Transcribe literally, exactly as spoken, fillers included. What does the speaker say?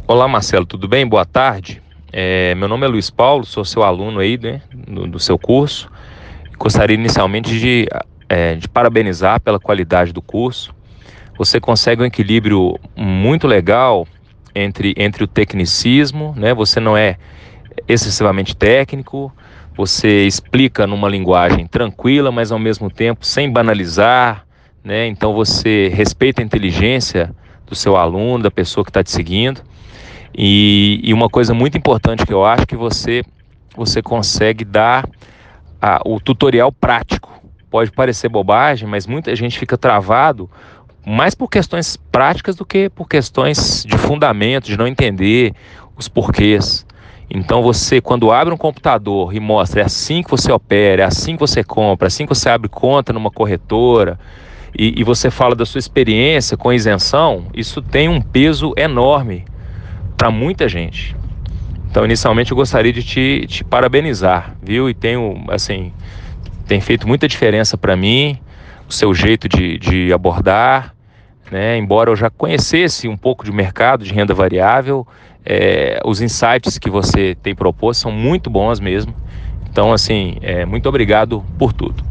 Olá, Marcelo, tudo bem? Boa tarde. É, meu nome é Luiz Paulo, sou seu aluno aí, né, do, do seu curso. Gostaria inicialmente de, é, de parabenizar pela qualidade do curso. Você consegue um equilíbrio muito legal entre, entre o tecnicismo, né? Você não é excessivamente técnico, você explica numa linguagem tranquila, mas ao mesmo tempo sem banalizar, né? Então você respeita a inteligência do seu aluno, da pessoa que está te seguindo. E, e uma coisa muito importante que eu acho que você, você consegue dar a, o tutorial prático. Pode parecer bobagem, mas muita gente fica travado mais por questões práticas do que por questões de fundamento, de não entender os porquês. Então você, quando abre um computador e mostra, é assim que você opera, é assim que você compra, é assim que você abre conta numa corretora, e, e você fala da sua experiência com isenção, isso tem um peso enorme para muita gente. Então, inicialmente, eu gostaria de te, te parabenizar, viu? E tenho, assim, tem feito muita diferença para mim, o seu jeito de, de abordar, né? Embora eu já conhecesse um pouco de mercado de renda variável, é, os insights que você tem proposto são muito bons mesmo. Então, assim, é, muito obrigado por tudo.